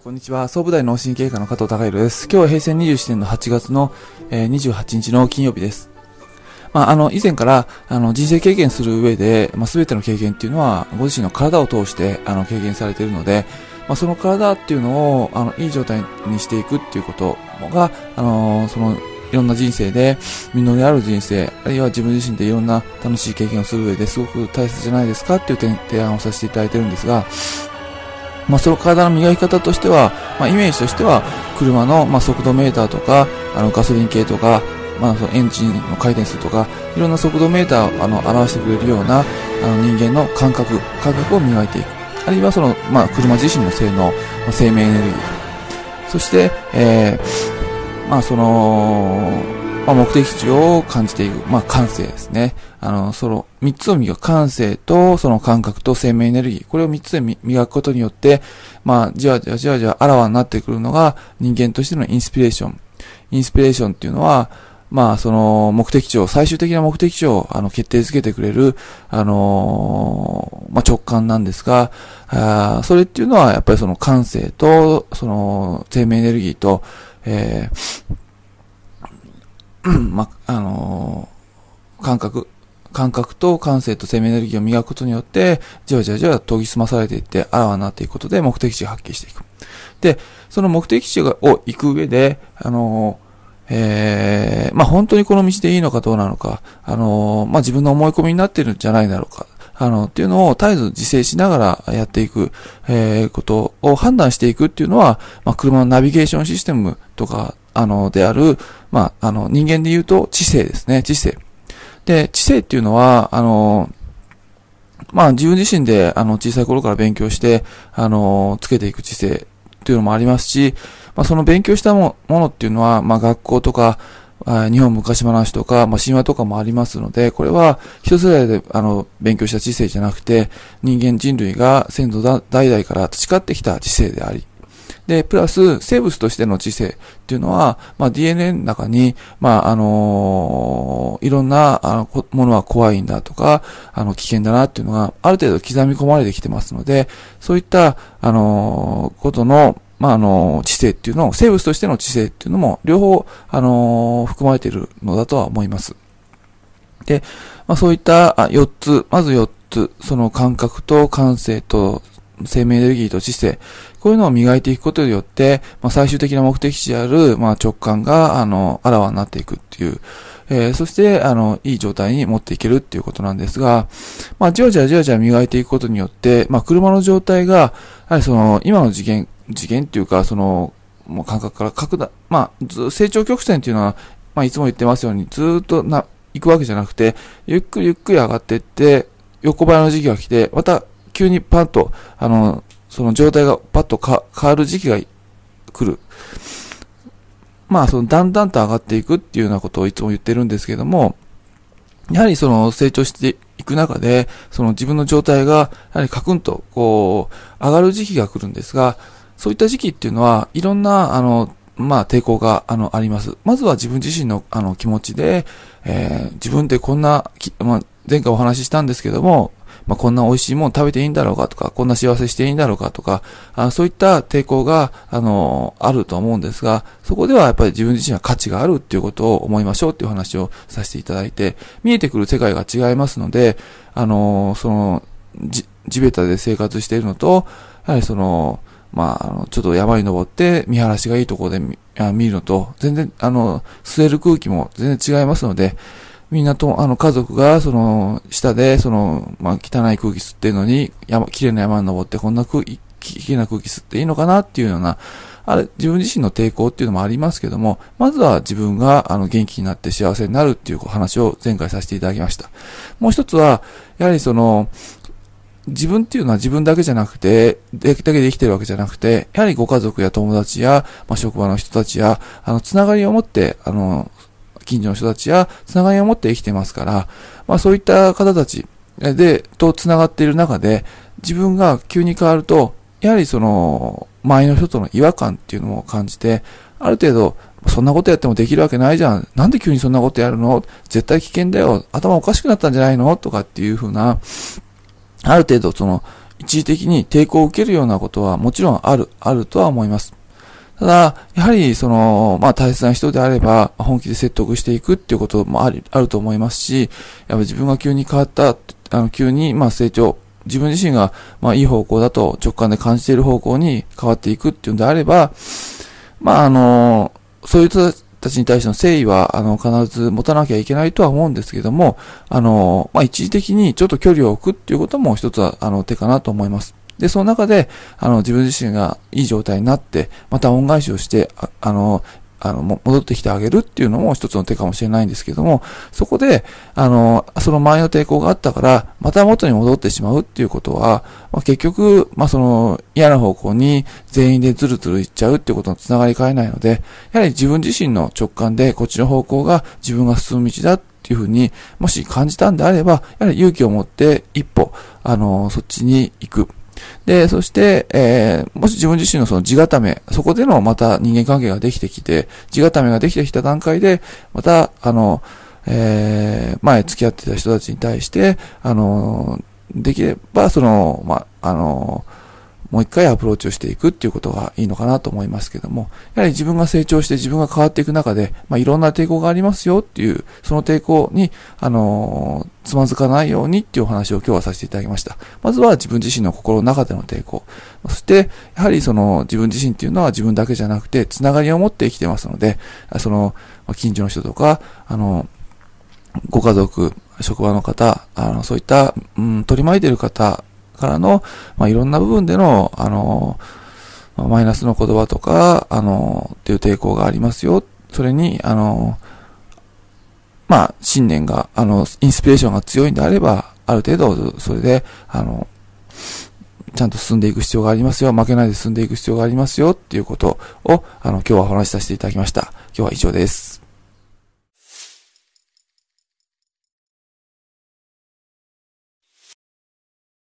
こんにちは。総武大脳神経科の加藤孝弘です。今日は平成27年の8月の28日の金曜日です。以前から、人生経験する上で、すべての経験っていうのは、ご自身の体を通して、経験されているので、その体っていうのを、いい状態にしていくっていうことが、いろんな人生で、実りある人生、あるいは自分自身でいろんな楽しい経験をする上ですごく大切じゃないですかっていう提案をさせていただいてるんですが、その体の磨き方としては、イメージとしては、車の、速度メーターとか、ガソリン系とか、そのエンジンの回転数とか、いろんな速度メーターを、表してくれるような、人間の感覚を磨いていく。あるいは車自身の性能、生命エネルギー。そして、目的地を感じていく。感性ですね。その三つを磨く。感性と、その感覚と生命エネルギー。これを三つで磨くことによって、じわじわあらわになってくるのが人間としてのインスピレーション。インスピレーションっていうのは、その目的地を、最終的な目的地を、決定づけてくれる、直感なんですが、それっていうのは、やっぱりその感性と、その生命エネルギーと、感覚と感性と生命エネルギーを磨くことによって、じわ研ぎ澄まされていって、あらわになっていくことで目的地が発揮していく。で、その目的地を行く上で、本当にこの道でいいのかどうなのか、自分の思い込みになっているんじゃないだろうか、っていうのを絶えず自制しながらやっていく、ことを判断していくっていうのは、車のナビゲーションシステムとか、である、人間で言うと知性ですね、知性。で、知性っていうのは、自分自身で、小さい頃から勉強して、つけていく知性っていうのもありますし、その勉強したものっていうのは、学校とか、日本昔話とか、神話とかもありますので、これは一世代で、勉強した知性じゃなくて、人類が先祖代々から培ってきた知性であり、で、プラス、生物としての知性っていうのは、DNA の中に、いろんな、ものは怖いんだとか、危険だなっていうのが、ある程度刻み込まれてきてますので、そういった、ことの、知性っていうのを、生物としての知性っていうのも、両方、含まれているのだとは思います。で、そういった4つ、まず4つ、その感覚と感性と生命エネルギーと知性、こういうのを磨いていくことによって、最終的な目的地である、直感が、あらわになっていくっていう、そして、いい状態に持っていけるっていうことなんですが、じわじわ磨いていくことによって、車の状態が、やはり今の次元っていうか、もう感覚から成長曲線っていうのは、いつも言ってますように、ずーっと行くわけじゃなくて、ゆっくり上がっていって、横ばいの時期が来て、また、急にパッと、その状態がパッと変わる時期が来る。だんだんと上がっていくっていうようなことをいつも言ってるんですけども、やはり成長していく中で、自分の状態が、やはりカクンと、上がる時期が来るんですが、そういった時期っていうのは、いろんな、抵抗が、あります。まずは自分自身の、気持ちで、自分でこんな、前回お話ししたんですけども、こんな美味しいもの食べていいんだろうかとか、こんな幸せしていいんだろうかとか、そういった抵抗が、あると思うんですが、そこではやっぱり自分自身は価値があるっていうことを思いましょうっていう話をさせていただいて、見えてくる世界が違いますので、地べたで生活しているのと、やはりちょっと山に登って見晴らしがいいところで見るのと、全然、吸える空気も全然違いますので、みんなと、家族が、下で、汚い空気吸ってるのに、綺麗な山に登って、こんな綺麗な空気吸っていいのかなっていうような、自分自身の抵抗っていうのもありますけども、まずは自分が、元気になって幸せになるっていう話を前回させていただきました。もう一つは、やはり自分っていうのは自分だけじゃなくて、だけで生きてるわけじゃなくて、やはりご家族や友達や、職場の人たちや、つながりを持って、近所の人たちやつながりを持って生きてますから、そういった方たちとつながっている中で、自分が急に変わると、やはり周りの人との違和感っていうのを感じて、ある程度、そんなことやってもできるわけないじゃん。なんで急にそんなことやるの？絶対危険だよ。頭おかしくなったんじゃないの？とかっていう風な、ある程度一時的に抵抗を受けるようなことはもちろんあるとは思います。ただ、やはり、大切な人であれば、本気で説得していくっていうこともあると思いますし、やっぱり自分が急に変わった、急に、成長、自分自身が、いい方向だと直感で感じている方向に変わっていくっていうんであれば、そういう人たちに対しての誠意は、必ず持たなきゃいけないとは思うんですけども、一時的にちょっと距離を置くっていうことも一つは、手かなと思います。で、その中で、自分自身がいい状態になって、また恩返しをして、戻ってきてあげるっていうのも一つの手かもしれないんですけども、そこで、その前の抵抗があったから、また元に戻ってしまうっていうことは、結局、嫌な方向に全員でずるずるいっちゃうっていうことにつながりかねないので、やはり自分自身の直感でこっちの方向が自分が進む道だっていうふうに、もし感じたんであれば、やはり勇気を持って一歩、そっちに行く。で、そして、もし自分自身のその地固め、そこでのまた人間関係ができてきて、地固めができてきた段階で、また、前付き合ってた人たちに対して、できれば、もう一回アプローチをしていくっていうことがいいのかなと思いますけども、やはり自分が成長して自分が変わっていく中で、いろんな抵抗がありますよっていう、その抵抗に、つまずかないようにっていうお話を今日はさせていただきました。まずは自分自身の心の中での抵抗。そして、やはり自分自身っていうのは自分だけじゃなくて、つながりを持って生きてますので、近所の人とか、ご家族、職場の方、そういった、取り巻いている方、からの、いろんな部分での、マイナスの言葉とか、っていう抵抗がありますよ。それに、信念が、インスピレーションが強いんであれば、ある程度、それで、ちゃんと進んでいく必要がありますよ。負けないで進んでいく必要がありますよ。っていうことを、今日はお話しさせていただきました。今日は以上です。